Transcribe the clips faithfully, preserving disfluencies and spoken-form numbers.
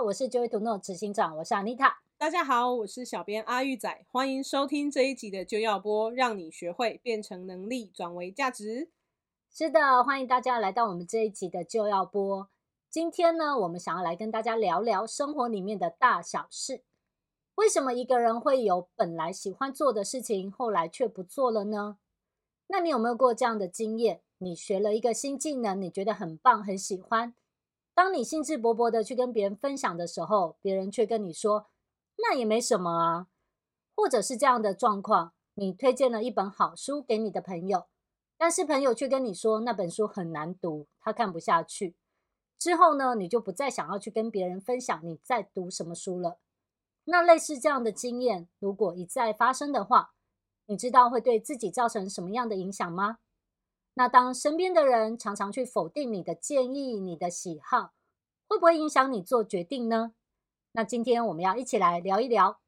我是 Joy to Know 执行长，我是 Anita。 大家好，我是小编阿玉仔，欢迎收听这一集的就要播，让你学会变成能力，转为价值。 是的，欢迎大家来到我们这一集的就要播。今天呢，我们想要来跟大家聊聊生活里面的大小事。为什么一个人会有本来喜欢做的事情，后来却不做了呢？那你有没有过这样的经验？你学了一个新技能，你觉得很棒，很喜欢。当你兴致勃勃的去跟别人分享的时候，别人却跟你说，那也没什么啊。或者是这样的状况，你推荐了一本好书给你的朋友，但是朋友却跟你说那本书很难读，他看不下去。之后呢，你就不再想要去跟别人分享你在读什么书了。那类似这样的经验，如果一再发生的话，你知道会对自己造成什么样的影响吗？那当身边的人常常去否定你的建议、你的喜好，会不会影响你做决定呢？那今天我们要一起来聊一聊。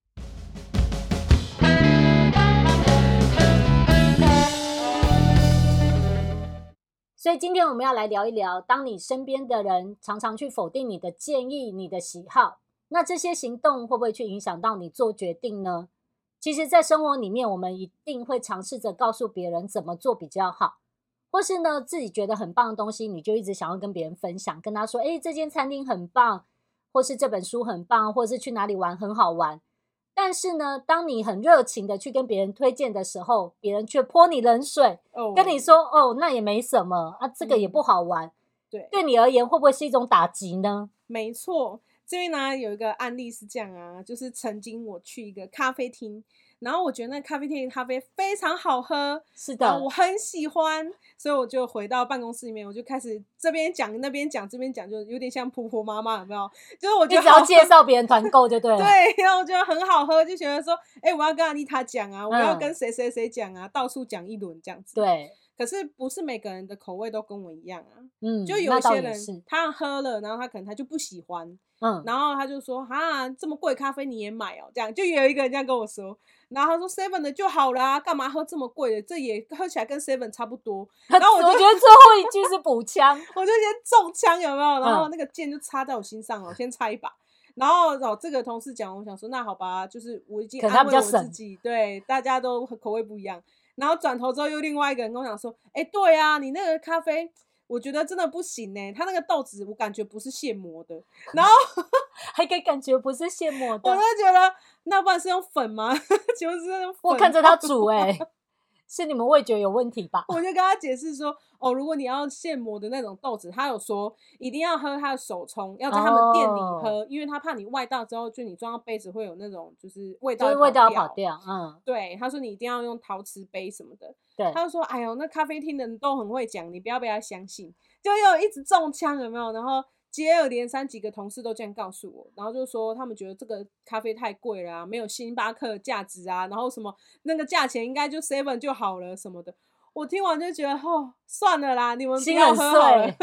所以今天我们要来聊一聊，当你身边的人常常去否定你的建议、你的喜好，那这些行动会不会去影响到你做决定呢？其实在生活里面，我们一定会尝试着告诉别人怎么做比较好，或是呢自己觉得很棒的东西，你就一直想要跟别人分享，跟他说诶这间餐厅很棒，或是这本书很棒，或是去哪里玩很好玩。但是呢，当你很热情的去跟别人推荐的时候，别人却泼你冷水，哦、跟你说哦那也没什么啊，这个也不好玩、嗯、对，对你而言会不会是一种打击呢？ 没错，这边呢有一个案例是这样啊，就是曾经我去一个咖啡厅，然后我觉得那咖啡厅的咖啡非常好喝， 是的， 我很喜欢，所以我就回到办公室里面，我就开始这边讲那边讲这边讲，就有点像婆婆妈妈，有没有？就是我觉得一直要介绍别人团购就对了。 对，然后我觉得很好喝，就觉得说，哎、欸，我要跟安妮塔讲啊，我要跟谁谁谁讲啊，嗯、到处讲一轮这样子。 对。 可是不是每个人的口味都跟我一样啊， 嗯， 就有一些人他喝了，然后他可能他就不喜欢，嗯，然后他就说啊，这么贵咖啡你也买哦，这样就有一个人这样跟我说，然后他说 seven 的就好啦，干嘛喝这么贵的？这也喝起来跟 seven 差不多。然后我就我觉得最后一句是补枪， 我就先中枪有没有？然后那个剑就插在我心上了，我先插一把。然后哦，这个同事讲，我想说那好吧，就是我已经安慰我自己，对，大家都口味不一样。然后转头之后又另外一个人跟我讲说，哎、欸，对啊，你那个咖啡我觉得真的不行欸，他那个豆子我感觉不是现磨的，然后还可以感觉不是现磨的， 我就觉得那不然是用粉吗？就是用粉我看着他煮欸是你们味觉有问题吧？ 我就跟他解释说，哦，如果你要现磨的那种豆子，他有说一定要喝他的手冲，要在他们店里喝，哦、因为他怕你外倒之后，就你装到杯子会有那种就是味道跑掉， 就是味道跑掉。嗯， 对，他说你一定要用陶瓷杯什么的。 对， 他就说，哎呦，那咖啡厅的人都很会讲，你不要被他相信，就又一直中枪，有没有？然后接二连三几个同事都这样告诉我，然后就说他们觉得这个咖啡太贵了啊，没有星巴克的价值啊，然后什么那个价钱应该就 seven 就好了什么的。我听完就觉得哦，算了啦，你们不要喝好了。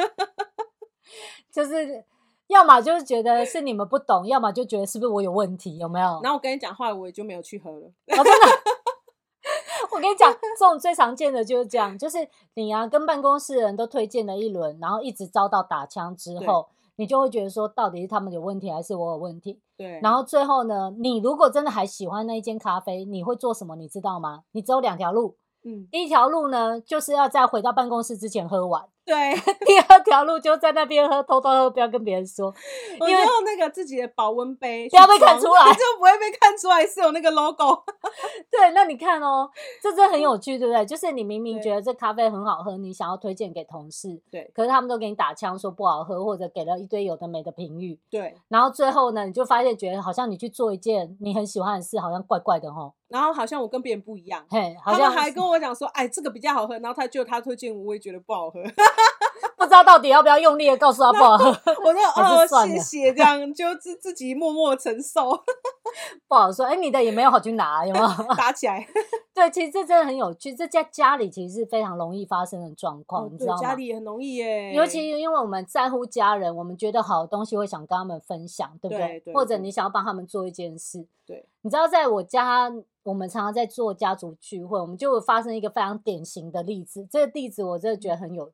就是要么就是觉得是你们不懂，要么就觉得是不是我有问题，有没有？ 然后我跟你讲，后来我也就没有去喝了。 哦，真的。我跟你讲，这种最常见的就是这样，就是你啊跟办公室的人都推荐了一轮，然后一直遭到打枪之后，你就会觉得说到底是他们有问题还是我有问题？ 对。 然后最后呢，你如果真的还喜欢那一间咖啡，你会做什么？你知道吗？你只有两条路。嗯，第一条路呢，就是要在回到办公室之前喝完。 对， 第二条路就在那边喝，偷偷喝，不要跟别人说。 我就用那个自己的保温杯， 不要被看出来， 就不会被看出来是有那个 logo。 对，那你看哦，这真的很有趣，对不对？就是你明明觉得这咖啡很好喝，你想要推荐给同事， 对， 可是他们都给你打枪说不好喝，或者给了一堆有的没的评语， 对。 然后最后呢，你就发现觉得好像你去做一件你很喜欢的事，好像怪怪的齁。 然后好像我跟别人不一样， 嘿，好像他们还跟我讲说，哎，这个比较好喝，然后他就他推荐我，我也觉得不好喝。 不知道到底要不要用力的告诉他不好喝， 我就哦谢谢，这样就自自己默默承受， 不好说。哎，你的也没有好去拿，有没有打起来？ 对，其实这真的很有趣，这在家里其实是非常容易发生的状况， 哦、 你知道吗？ 家里也很容易耶， 尤其因为我们在乎家人，我们觉得好的东西会想跟他们分享，对不对？ 对对对， 或者你想要帮他们做一件事， 对。 你知道，在我家，我们常常在做家族聚会，我们就会发生一个非常典型的例子。这个例子我真的觉得很有趣。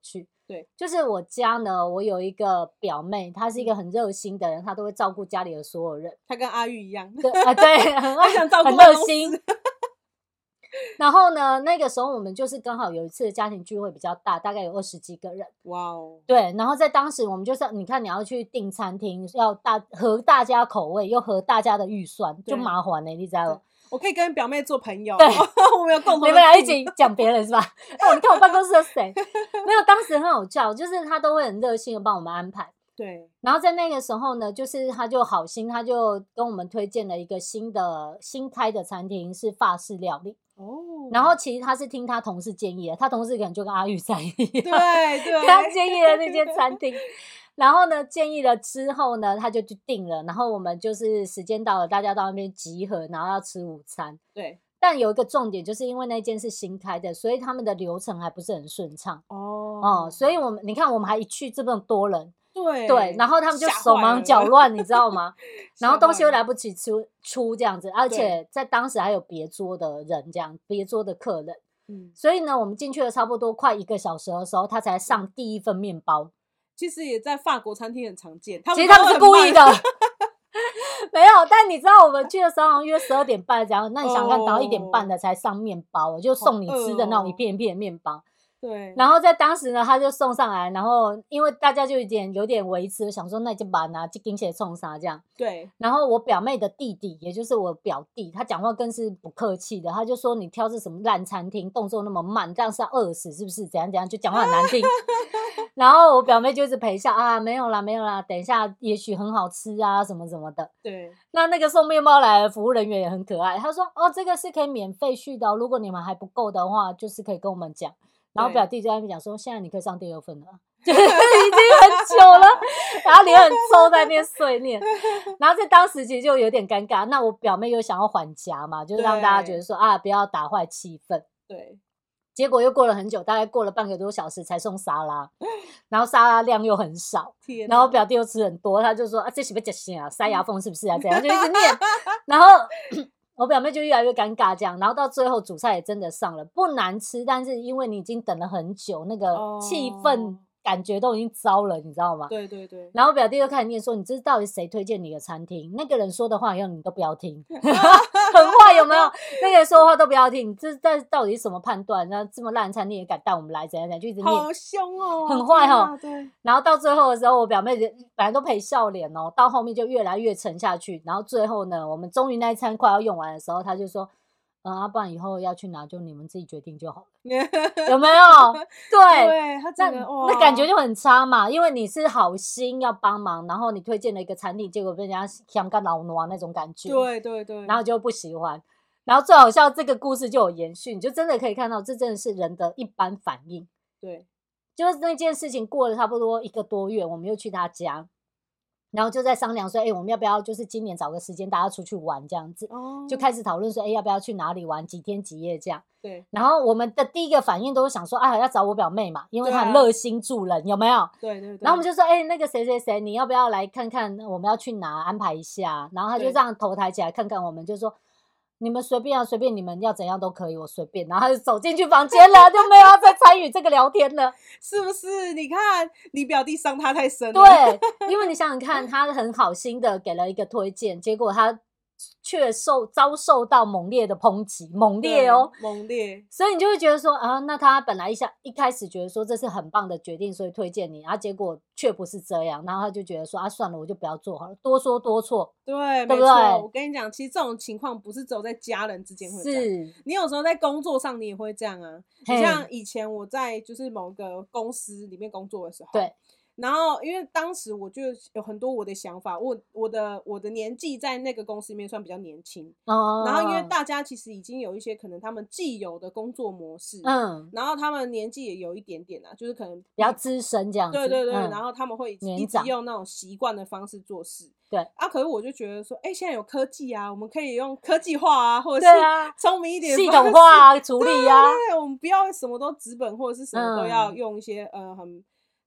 对， 就是我家呢，我有一个表妹，她是一个很热心的人，她都会照顾家里的所有人。 她跟阿玉一样， 对啊，对，很爱想照顾很办公热心室。 然后呢，那个时候我们就是刚好有一次的家庭聚会比较大，大概有二十几个人。 哇哦， 对，然后在当时我们就是你看你要去订餐厅，要大合大家口味，又合大家的预算，就对麻烦呢、你知道吗？ 我可以跟表妹做朋友， 对我们有共同的你们俩一病起讲别人是吧？哦，你看我办公室有谁？没有，当时很好笑，就是他都会很热心的帮我们安排。 对， 然后在那个时候呢，就是他就好心，他就跟我们推荐了一个新的新开的餐厅，是法式料理。 哦， 然后其实他是听他同事建议的，他同事可能就跟阿玉在一样， 对对， 跟他建议了那间餐厅。然后呢，建议了之后呢，他就去订了。然后我们就是时间到了，大家到那边集合，然后要吃午餐。 对， 但有一个重点，就是因为那间是新开的，所以他们的流程还不是很顺畅。 哦， 哦，所以我们你看，我们还一去这么多人， 对对，然后他们就吓坏手忙了脚乱，你知道吗？然后东西又吓坏了来不及出出这样子，而且在当时还有别桌的人，这样别桌的客人， 嗯， 所以呢，我们进去了差不多快一个小时的时候，他才上第一份面包。 其实也在法国餐厅很常见， 其实他们是故意的都很慢， 没有，但你知道我们去的时候好像约十二点半这样，那你想想看， 哦等到一点半的才上面包，就送你吃的那种一片一片的面包。 对， 然后在当时呢，他就送上来，然后因为大家就有点有点维持，想说那就把拿就跟起来冲啥这样。 对， 然后我表妹的弟弟，也就是我表弟，他讲话更是不客气的，他就说你挑是什么烂餐厅，动作那么慢，这样是要饿死是不是？怎样怎样，就讲话很难听。然后我表妹就一直陪笑啊，没有啦没有啦，等一下也许很好吃啊什么什么的。 对， 那那个送面包来的服务人员也很可爱，他说哦这个是可以免费续的、哦，如果你们还不够的话，就是可以跟我们讲。然后表弟就在那边讲说，现在你可以上第二份了，就是已经很久了，然后脸很臭在那边碎念，然后在当时其实就有点尴尬。那我表妹又想要缓颊嘛，就是让大家觉得说啊，不要打坏气氛。 对， 结果又过了很久，大概过了半个多小时才送沙拉，然后沙拉量又很少， 天哪， 然后表弟又吃很多，他就说啊，这是不是吃啥啊？塞牙缝是不是啊？这样就一直念，然后我表妹就越来越尴尬这样，然后到最后主菜也真的上了，不难吃，但是因为你已经等了很久，那个气氛哦感觉都已经糟了，你知道吗？ 对对对， 然后表弟就开始念说，你这到底谁推荐你的餐厅？那个人说的话以后你都不要听，很坏有没有？那个人说的话都不要听，你这这到底是什么判断？那这么烂的餐厅也敢带我们来，怎样怎样，就一直念， 好凶哦， 很坏哦。 对， 然后到最后的时候，我表妹本来都陪笑脸哦，到后面就越来越沉下去。然后最后呢，我们终于那一餐快要用完的时候，他就说：“嗯，啊，不然以后要去哪就你们自己决定就好了。”有没有？对， 对，他那整个哇， 那感觉就很差嘛，因为你是好心要帮忙，然后你推荐了一个餐厅，结果被人家香干老挪那种感觉， 对对对， 然后就不喜欢。然后最好笑，这个故事就有延续，你就真的可以看到，这真的是人的一般反应。 对， 就是那件事情过了差不多一个多月，我们又去他家，然后就在商量说，哎、欸，我们要不要就是今年找个时间大家出去玩这样子， 哦， 就开始讨论说，哎、欸，要不要去哪里玩，几天几夜这样。 对， 然后我们的第一个反应都是想说，啊，要找我表妹嘛，因为她很对啊热心助人，有没有？ 对对对， 然后我们就说，哎、欸，那个谁谁谁，你要不要来看看我们要去哪，安排一下。然后他就对这样头抬起来看看我们，就说，你们随便啊，随便你们要怎样都可以，我随便。然后他就走进去房间了，就没有要再参与这个聊天了。 是不是？你看你表弟伤他太深了， 对，因为你想想看，他很好心的给了一个推荐，结果他却受遭受到猛烈的抨击，猛烈哦， 猛烈， 所以你就会觉得说啊，那他本来一下一开始觉得说这是很棒的决定，所以推荐你，啊，结果却不是这样，然后他就觉得说啊，算了，我就不要做好了，多说多错， 对， 对不没错。 对我跟你讲，其实这种情况不是只有在家人之间会这样， 是， 你有时候在工作上你也会这样啊。你像以前我在就是某个公司里面工作的时候， 对。 然后，因为当时我就有很多我的想法，我我的我的年纪在那个公司里面算比较年轻， 哦， 然后因为大家其实已经有一些可能他们既有的工作模式， 嗯， 然后他们年纪也有一点点啦，就是可能比较资深这样子， 对对对， 嗯、 然后他们会一年长直用那种习惯的方式做事， 对啊，可是我就觉得说，哎、现在有科技啊，我们可以用科技化啊，或者对啊是聪明一点的系方式统化啊处理啊， 对对对，我们不要什么都纸本或者是什么都要嗯用一些、呃很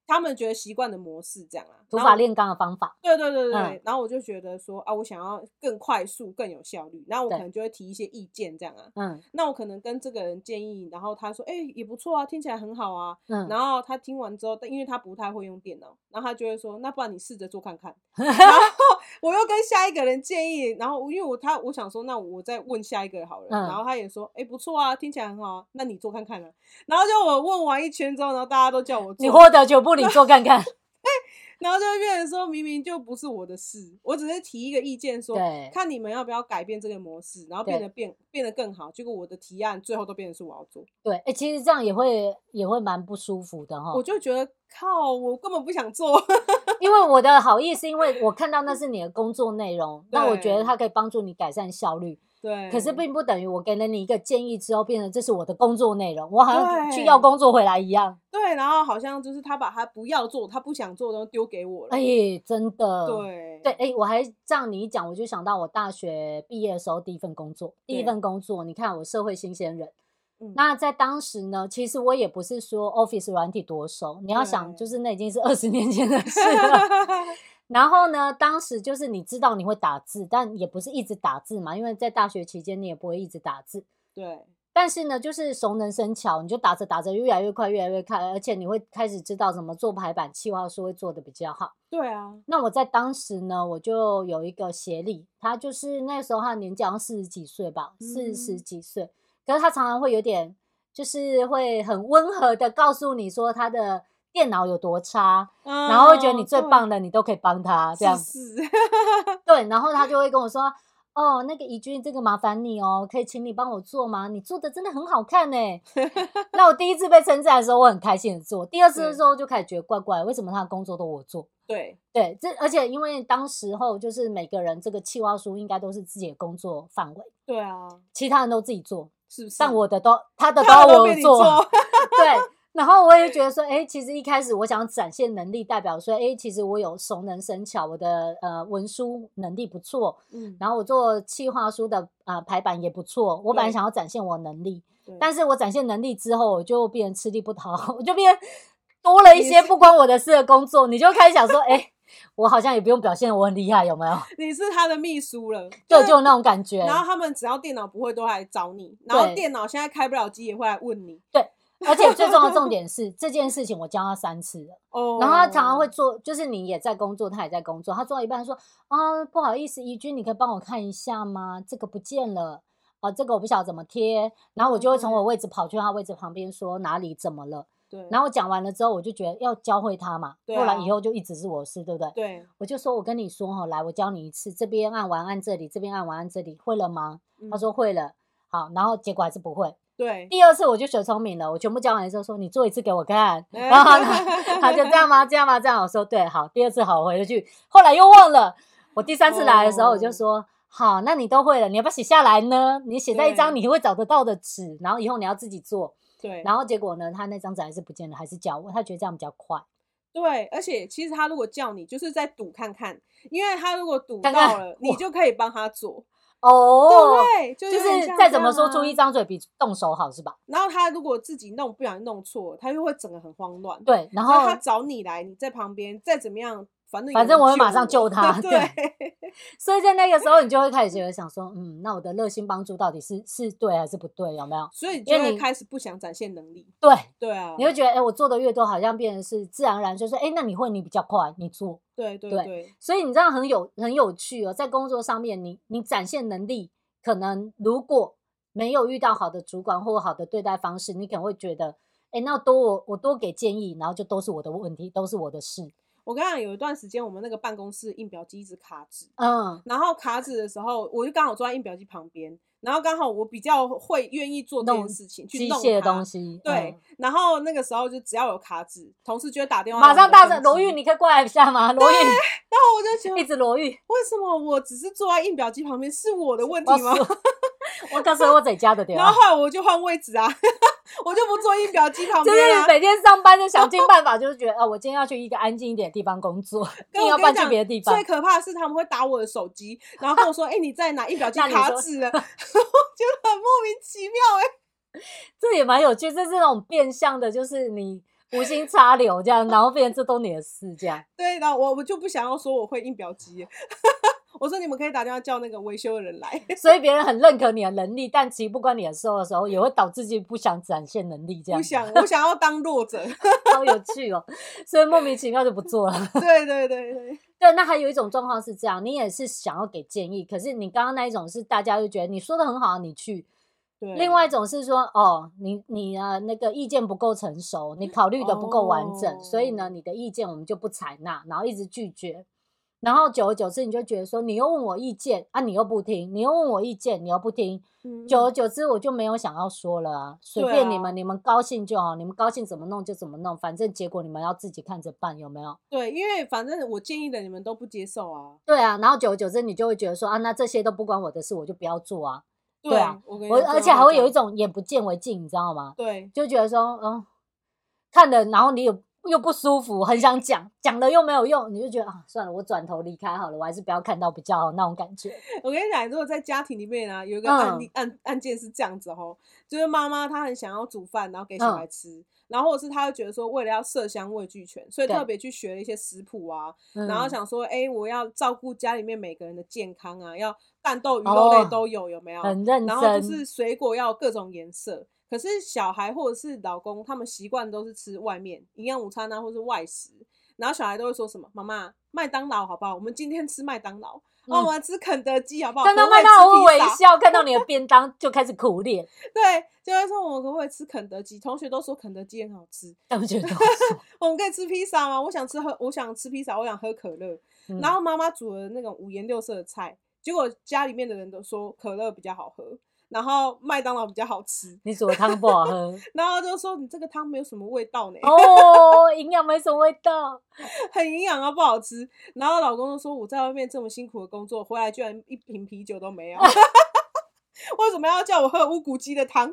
他们觉得习惯的模式这样啊， 土法炼钢的方法。 对对对对、 嗯、 然后我就觉得说啊，我想要更快速、更有效率，然后我可能就会提一些意见这样啊。嗯，那我可能跟这个人建议，然后他说，哎、欸，也不错啊，听起来很好啊。嗯，然后他听完之后，因为他不太会用电脑，然后他就会说，那不然你试着做看看。然后我又跟下一个人建议，然后因为我他我想说，那我再问下一个好了。嗯、然后他也说，哎、欸，不错啊，听起来很好啊，那你做看看啊。然后就我问完一圈之后，然后大家都叫我做， 你获得就不，你做看看。 然后就会变成说，明明就不是我的事，我只是提一个意见说，看你们要不要改变这个模式，然后变得变变得更好。结果我的提案最后都变成是我要做。 对，哎、欸，其实这样也会也会蛮不舒服的哈。 我就觉得靠，我根本不想做。 因为我的好意是因为我看到那是你的工作内容，那我觉得它可以帮助你改善效率。 对， 可是并不等于我给了你一个建议之后，变成这是我的工作内容，我好像去要工作回来一样。 对，然后好像就是他把他不要做、他不想做的东西丢给我了。 哎、欸，真的。 对对，哎、欸，我还这样你一讲，我就想到我大学毕业的时候第一份工作，第一份工作，你看我社会新鲜人。嗯、那在当时呢，其实我也不是说 Office 软体多熟，你要想，就是那已经是二十年前的事了。然后呢，当时就是你知道你会打字，但也不是一直打字嘛，因为在大学期间你也不会一直打字。 对。 但是呢，就是熟能生巧，你就打着打着越来越快，越来越快，而且你会开始知道怎么做排版、企划书会做得比较好。 对啊。 那我在当时呢，我就有一个协理，他就是那时候他年纪好像四十几岁吧，四十几岁，可是他常常会有点，就是会很温和的告诉你说他的电脑有多差，嗯、然后会觉得你最棒的，你都可以帮他这样。 是。 对，然后他就会跟我说。哦，那个怡君，这个麻烦你哦，可以请你帮我做吗？你做的真的很好看耶。那我第一次被称赞的时候，我很开心的做。第二次的时候就开始觉得怪怪，为什么他的工作都我做？ 对对，这而且因为当时候就是每个人这个企划书应该都是自己的工作范围。 对啊， 其他人都自己做， 是不是？ 但我的都他的都要我做。对。然后我也觉得说，哎，其实一开始我想展现能力，代表说，哎，其实我有熟能生巧，我的呃文书能力不错，嗯，然后我做企划书的呃排版也不错。我本来想要展现我能力，但是我展现能力之后，我就变成吃力不讨好，我就变多了一些不关我的事的工作，你就开始想说，哎，我好像也不用表现我很厉害，有没有？ 你是他的秘书了， 对，就有那种感觉。 然后他们只要电脑不会都来找你，然后电脑现在开不了机也会来问你。 对。而且最重要的重点是这件事情我教他三次了，哦，然后他常常会做，就是你也在工作，他也在工作，他做到一半说啊，不好意思，怡君，你可以帮我看一下吗？这个不见了，啊，这个我不晓得怎么贴，然后我就会从我位置跑去他位置旁边说哪里怎么了，对，然后我讲完了之后，我就觉得要教会他嘛，不然以后就一直是我的事，对不对？ 对， 我就说我跟你说哈，来，我教你一次，这边按完按这里，这边按完按这里，会了吗？嗯、他说会了，好，然后结果还是不会。 对， 第二次我就学聪明了，我全部教完之后说你做一次给我看，然后他, 他就这样吗？这样吗？这样我说对，好，第二次好，我回去，后来又忘了。我第三次来的时候我就说、哦、好，那你都会了，你要不要写下来呢？你写在一张你会找得到的纸，然后以后你要自己做。对，然后结果呢，他那张纸还是不见了，还是叫我，他觉得这样比较快。 对，而且其实他如果叫你，就是在赌看看，因为他如果赌到了，看看你就可以帮他做。 哦， 对，就 是, 就是再怎么说出一张嘴比动手好，是吧？ 然后他如果自己弄不小心弄错，他就会整个很慌乱。 对，然后他找你来，你在旁边，再怎么样，反正反正我会马上救他。 对， 对所以在那个时候，你就会开始觉得想说，嗯，那我的热心帮助到底是是对还是不对？有没有？ 所以你就会开始不想展现能力。 对， 对啊， 你会觉得，哎、欸，我做的越多，好像变成是自然而然，就是，哎、欸，那你会，你比较快，你做。 对对 对, 对， 所以你知道很有很有趣哦，在工作上面你，你你展现能力。可能如果没有遇到好的主管或好的对待方式，你可能会觉得，哎，那多我我多给建议，然后就都是我的问题，都是我的事。 我跟你讲，有一段时间我们那个办公室印表机一直卡纸，嗯，然后卡纸的时候，我就刚好坐在印表机旁边，然后刚好我比较会愿意做这件事情，去弄机械的东西， 对、嗯。然后那个时候就只要有卡纸，同事就会打电话， 马上大声，罗玉，你可以过来一下吗？罗玉，然后我就觉得一直罗玉， 为什么我只是坐在印表机旁边是我的问题吗？ 我告诉我在家的电话， 然后后来我就换位置啊，我就不坐印表机旁边啊。 就是每天上班就想尽办法，就是觉得啊、哦，我今天要去一个安静一点的地方工作，硬要搬去别的地方。 最可怕的是他们会打我的手机，然后跟我说：“哎、欸，你在哪？印表机卡纸了。”我觉得很莫名其妙哎、欸。 这也蛮有趣，这是那种变相的，就是你无心插柳这样，然后变成这都你的事这样。 对，然后我我就不想要说我会印表机，我说你们可以打电话叫那个维修的人来。 所以别人很认可你的能力，但其实不关你的事的时候，也会导致自己不想展现能力这样。 不想，我想要当弱者。 好有趣哦，所以莫名其妙就不做了。 对对对对。 对，那还有一种状况是这样，你也是想要给建议，可是你刚刚那一种是大家就觉得你说的很好，你去。另外一种是说，哦，你你呢那个意见不够成熟，你考虑的不够完整，哦、所以呢你的意见我们就不采纳，然后一直拒绝，然后久而久之你就觉得说，你又问我意见啊，你又不听，你又问我意见，你又不听，嗯、久而久之我就没有想要说了啊，随便你们，啊、你们高兴就好，你们高兴怎么弄就怎么弄，反正结果你们要自己看着办，有没有？ 对，因为反正我建议的你们都不接受啊。 对啊，然后久而久之你就会觉得说，啊，那这些都不关我的事，我就不要做啊。 对啊，我我而且还会有一种眼不见为净，你知道吗？ 对， 就觉得说，嗯，看了，然后你又又不舒服，很想讲，讲了又没有用，你就觉得啊，算了，我转头离开好了，我还是不要看到比较好那种感觉。 我跟你讲，如果在家庭里面啊，有一个案例、嗯、案案件是这样子哦，就是妈妈她很想要煮饭，然后给小孩吃。嗯，然后或者是他会觉得说，为了要色香味俱全，所以特别去学了一些食谱啊，然后想说，哎、欸，我要照顾家里面每个人的健康啊，要蛋豆鱼肉类都有，哦、有没有？ 很认真。 然后就是水果要有各种颜色。可是小孩或者是老公，他们习惯都是吃外面营养午餐啊，或是外食。然后小孩都会说什么：“妈妈，麦当劳好不好？我们今天吃麦当劳。嗯、哦，我们吃肯德基好不好？” 看到麦当劳会微笑，看到你的便当就开始苦脸。 对，就会说我们可不可以吃肯德基？同学都说肯德基很好吃， 他们觉得我们可以吃披萨吗？我想吃喝，我想吃披萨，我想喝可乐。嗯、然后妈妈煮了那种五颜六色的菜，结果家里面的人都说可乐比较好喝。然后麦当劳比较好吃， 你煮的汤不好喝， 然后就说你这个汤没有什么味道呢。 哦，营养没什么味道， 很营养啊，不好吃。然后老公就说我在外面这么辛苦的工作，回来居然一瓶啤酒都没有，为什么要叫我喝乌骨鸡的汤？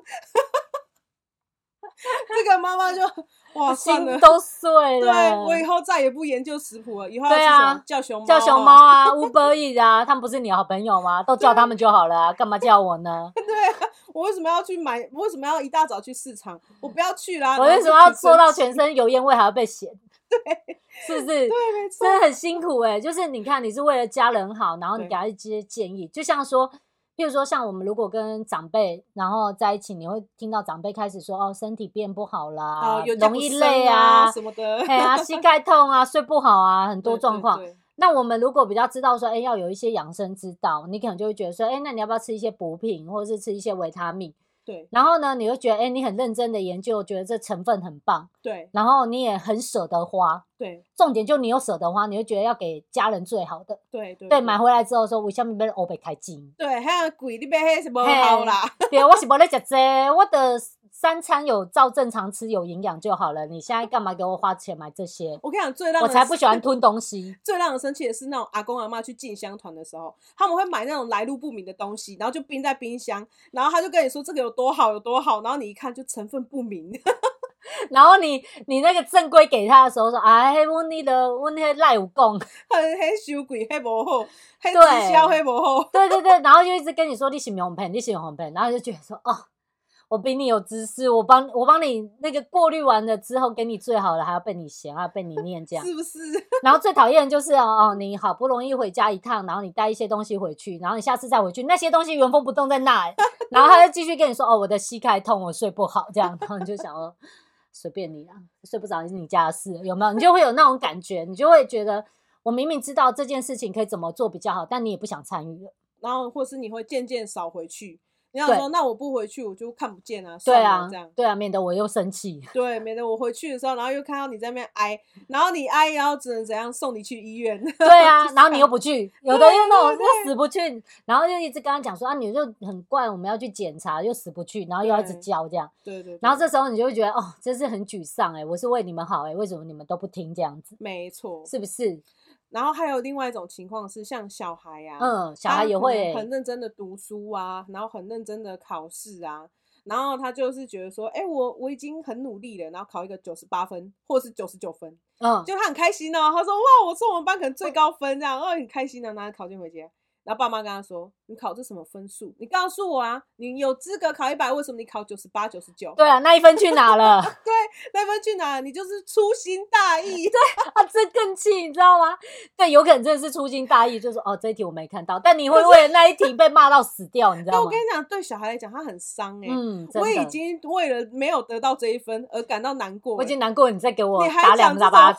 这个妈妈就哇，算了， 心都碎了。 对，我以后再也不研究食谱了，以后要吃什么、啊、叫熊猫、 叫熊猫啊，Uber Eats 啊，他们不是你的好朋友吗？都叫他们就好了啊，干嘛叫我呢？ 对啊，我为什么要去买？我为什么要一大早去市场？我不要去啦！ 我为什么要做到全身油烟味还要被嫌？ 对， 是不是？ 对，没错， 真的很辛苦哎、欸。就是你看，你是为了家人好，然后你给他一些建议，就像说。譬如说像我们如果跟长辈然后在一起，你会听到长辈开始说哦身体变不好啦， 哦、 容易累啊什么的， 哎呀、啊、膝盖痛啊睡不好啊很多状况。那我们如果比较知道说哎要有一些养生之道，你可能就会觉得说哎那你要不要吃一些补品或者是吃一些维他命。 对， 然后呢，你会觉得，哎，你很认真的研究，觉得这成分很棒， 对， 然后你也很舍得花， 对， 重点就你有舍得花，你会觉得要给家人最好的， 对对 对, 对，买回来之后说，为什么要欧北开金？ 对，还贵，你买迄是无好啦。 对，我是无在吃这，我的三餐有照正常吃，有营养就好了。你现在干嘛给我花钱买这些？ 我跟你讲，最让我才不喜欢吞东西。 最让人生气的是那种阿公阿嬷去进香团的时候，他们会买那种来路不明的东西，然后就冰在冰箱，然后他就跟你说这个有多好有多好，然后你一看就成分不明。 然后你你那个正规给他的时候说，哎，我那个我那赖有讲， 迄收贵，迄无好，迄直销迄无好。 对对对，然后就一直跟你说你是用骗，你是用骗，然后就觉得说哦。我比你有知识，我帮我帮你那个过滤完了之后，给你最好的，还要被你嫌，还要被你念这样， 是不是？ 然后最讨厌的就是哦，你好不容易回家一趟，然后你带一些东西回去，然后你下次再回去，那些东西原封不动在那，然后他就继续跟你说哦，我的膝盖痛，我睡不好这样，然后你就想说随便你啊，睡不着是你家的事，有没有？你就会有那种感觉，你就会觉得我明明知道这件事情可以怎么做比较好，但你也不想参与了， 然后或是你会渐渐少回去。你想说，那我不回去，我就看不见啊。 对啊， 这样对啊，免得我又生气。 对，免得我回去的时候，然后又看到你在那边哀，然后你哀，然后只能怎样送你去医院。 对啊，然后你又不去，有的又那种又死不去，然后就一直跟他讲说啊，你就很怪，我们要去检查，又死不去，然后又要一直叫这样。 对 对, 对。 然后这时候你就会觉得哦，真是很沮丧哎、欸，我是为你们好哎、欸，为什么你们都不听这样子？ 没错， 是不是？ 然后还有另外一种情况是，像小孩啊， 嗯，小孩也会、欸、 很认真的读书啊，然后很认真的考试啊，然后他就是觉得说，哎、欸，我我已经很努力了，然后考一个九十八分或是九十九分，嗯，就他很开心哦，他说哇，我是我们班可能最高分这样，哦，很开心的、啊，拿着考卷回家， 然后爸妈跟他说：“你考这什么分数？你告诉我啊！你有资格考一百，为什么你考九十八、九十九？ 对啊，那一分去哪了？ 对，那一分去哪了？你就是粗心大意。 对啊，这更气，你知道吗？对，有可能真的是粗心大意，就是哦这一题我没看到，但你会为了那一题被骂到死掉，你知道吗？ 我跟你讲，对小孩来讲，他很伤哎、欸。 嗯， 我已经为了没有得到这一分而感到难过、欸。 我已经难过，你再给我你还打两讲巴掌。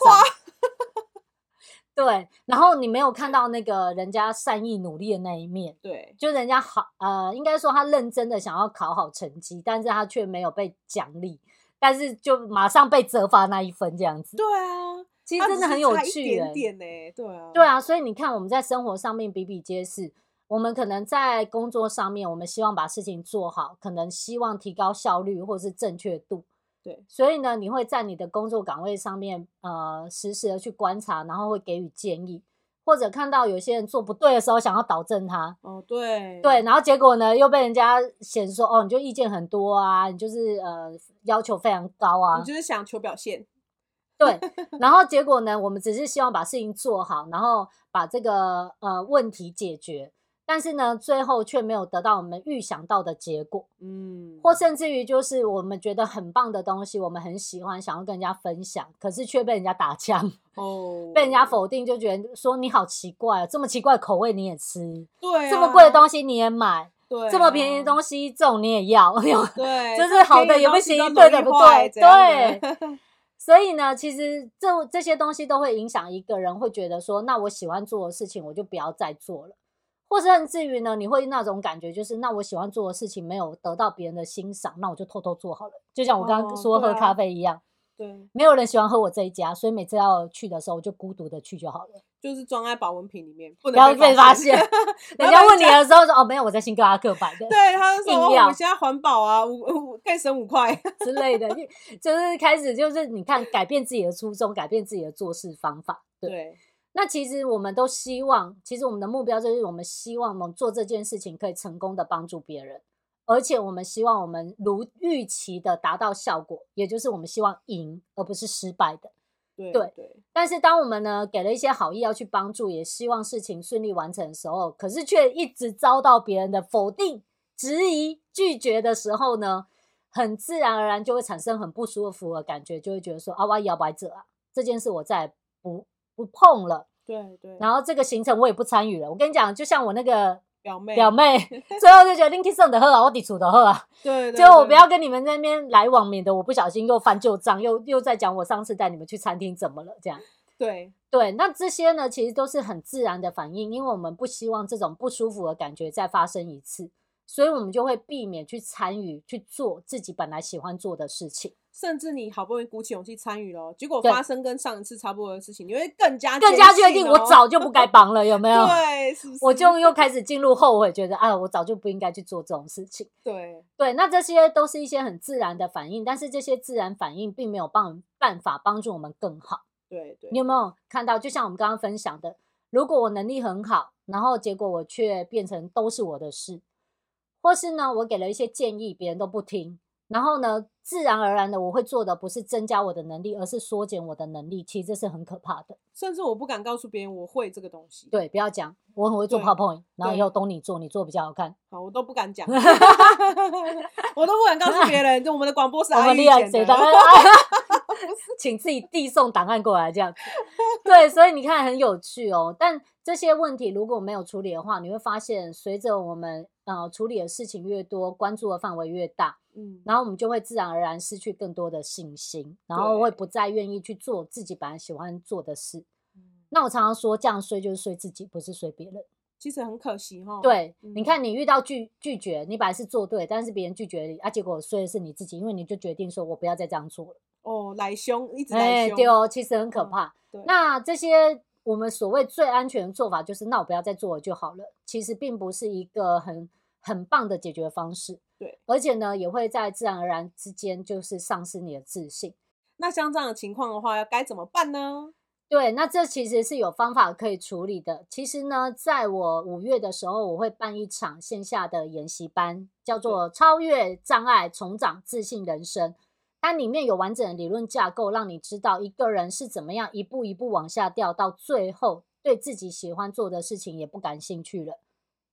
对， 然后你没有看到那个人家善意努力的那一面， 对， 就人家好，呃，应该说他认真的想要考好成绩，但是他却没有被奖励，但是就马上被责罚那一分这样子。 对啊， 其实真的很有趣、 欸，一点点呢、欸，对啊， 对啊，所以你看我们在生活上面比比皆是，我们可能在工作上面，我们希望把事情做好，可能希望提高效率或是正确度。 对， 所以呢，你会在你的工作岗位上面，呃，实时的去观察，然后会给予建议，或者看到有些人做不对的时候，想要导正他。 哦，对， 对，然后结果呢，又被人家嫌说，哦，你就意见很多啊，你就是呃要求非常高啊， 你就是想求表现。 对，然后结果呢，我们只是希望把事情做好，然后把这个呃问题解决。但是呢，最后却没有得到我们预想到的结果，嗯，或甚至于就是我们觉得很棒的东西，我们很喜欢，想要跟人家分享，可是却被人家打枪，哦，被人家否定，就觉得说你好奇怪、啊，这么奇怪的口味你也吃， 对、啊， 这么贵的东西你也买，对、啊，这么便宜的东西这种你也要， 对， 就是好的也不行，对的不对，对。所以呢，其实这这些东西都会影响一个人，会觉得说，那我喜欢做的事情，我就不要再做了。或甚至于呢，你会那种感觉，就是那我喜欢做的事情没有得到别人的欣赏，那我就偷偷做好了。就像我刚刚说喝咖啡一样，哦，对啊，对，没有人喜欢喝我这一家，所以每次要去的时候，我就孤独的去就好了。 就是装在保温瓶里面，不能被被发现。人家问你的时候说：“哦，没有，我在星巴克买的。” 对，他就说：“哦，我们现在环保啊，五五可以省五块之类的。”就是开始就是你看，改变自己的初衷，改变自己的做事方法。对。对，那其实我们都希望，其实我们的目标就是我们希望我们做这件事情可以成功的帮助别人，而且我们希望我们如预期的达到效果，也就是我们希望赢，而不是失败的。 对 对, 对。 但是当我们呢给了一些好意要去帮助，也希望事情顺利完成的时候，可是却一直遭到别人的否定、质疑、拒绝的时候呢，很自然而然就会产生很不舒服的感觉，就会觉得说啊，我摇摆者啊，这件事我再不不碰了。 对对。 然后这个行程我也不参与了。我跟你讲，就像我那个表妹， 表妹，最后就觉得你去送的喝啊，我抵触的喝啊。 对对。 结果我不要跟你们那边来往，免得我不小心又翻旧账，又又在讲我上次带你们去餐厅怎么了这样。 对对，那这些呢，其实都是很自然的反应，因为我们不希望这种不舒服的感觉再发生一次，所以我们就会避免去参与去做自己本来喜欢做的事情。 甚至你好不容易鼓起勇气参与了，结果发生跟上一次差不多的事情，你会更加更加确定我早就不该帮了，有没有？ 对，是不是？ 我就又开始进入后悔，觉得啊，我早就不应该去做这种事情。 对对，那这些都是一些很自然的反应，但是这些自然反应并没有帮办法帮助我们更好。 对对， 你有没有看到？就像我们刚刚分享的，如果我能力很好，然后结果我却变成都是我的事，或是呢，我给了一些建议，别人都不听。然后呢，自然而然的我会做的不是增加我的能力，而是缩减我的能力，其实这是很可怕的。 甚至我不敢告诉别人我会这个东西。 对，不要讲我很会做 PowerPoint， 然后以后都你做，你做比较好看。 好，我都不敢讲，我都不敢告诉别人，就我们的广播是阿玉剪的。 请自己递送档案过来这样子。对，所以你看很有趣哦。但这些问题如果没有处理的话，你会发现随着我们呃处理的事情越多，关注的范围越大，嗯，然后我们就会自然而然失去更多的信心，然后会不再愿意去做自己本来喜欢做的事。那我常常说，这样衰就是衰自己，不是衰别人。 其实很可惜齁。 对，嗯，你看你遇到拒拒绝，你本来是做对，但是别人拒绝你啊，结果衰的是你自己，因为你就决定说我不要再这样做了。 哦，来凶，一直来凶。 欸，对哦，其实很可怕。嗯，那这些我们所谓最安全的做法，就是那我不要再做了就好了。其实并不是一个很很棒的解决方式。 对， 而且呢，也会在自然而然之间就是丧失你的自信。 那像这样的情况的话，要该怎么办呢？ 对，那这其实是有方法可以处理的。其实呢，在我五月的时候，我会办一场线下的研习班，叫做超越障碍，重掌自信人生。它里面有完整的理论架构，让你知道一个人是怎么样一步一步往下掉，到最后对自己喜欢做的事情也不感兴趣了，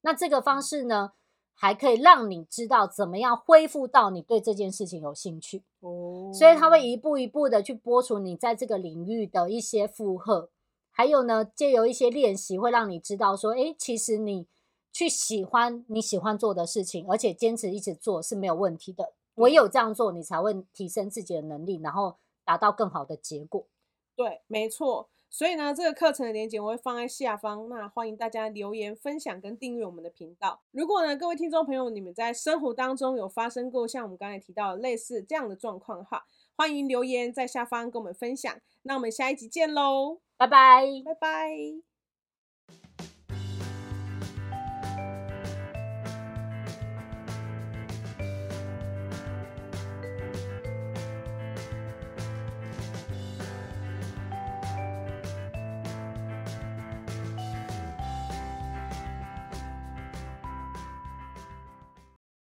那这个方式呢，还可以让你知道怎么样恢复到你对这件事情有兴趣。 哦， 所以它会一步一步的去剥除你在这个领域的一些负荷，还有呢，借由一些练习会让你知道说，诶，其实你去喜欢你喜欢做的事情，而且坚持一直做是没有问题的。唯有这样做，你才会提升自己的能力，然后达到更好的结果。 对，没错。所以呢，这个课程的连结我会放在下方，那欢迎大家留言、分享跟订阅我们的频道。如果呢，各位听众朋友，你们在生活当中有发生过像我们刚才提到的类似这样的状况的话，欢迎留言在下方跟我们分享。那我们下一集见喽， 拜拜。 拜拜。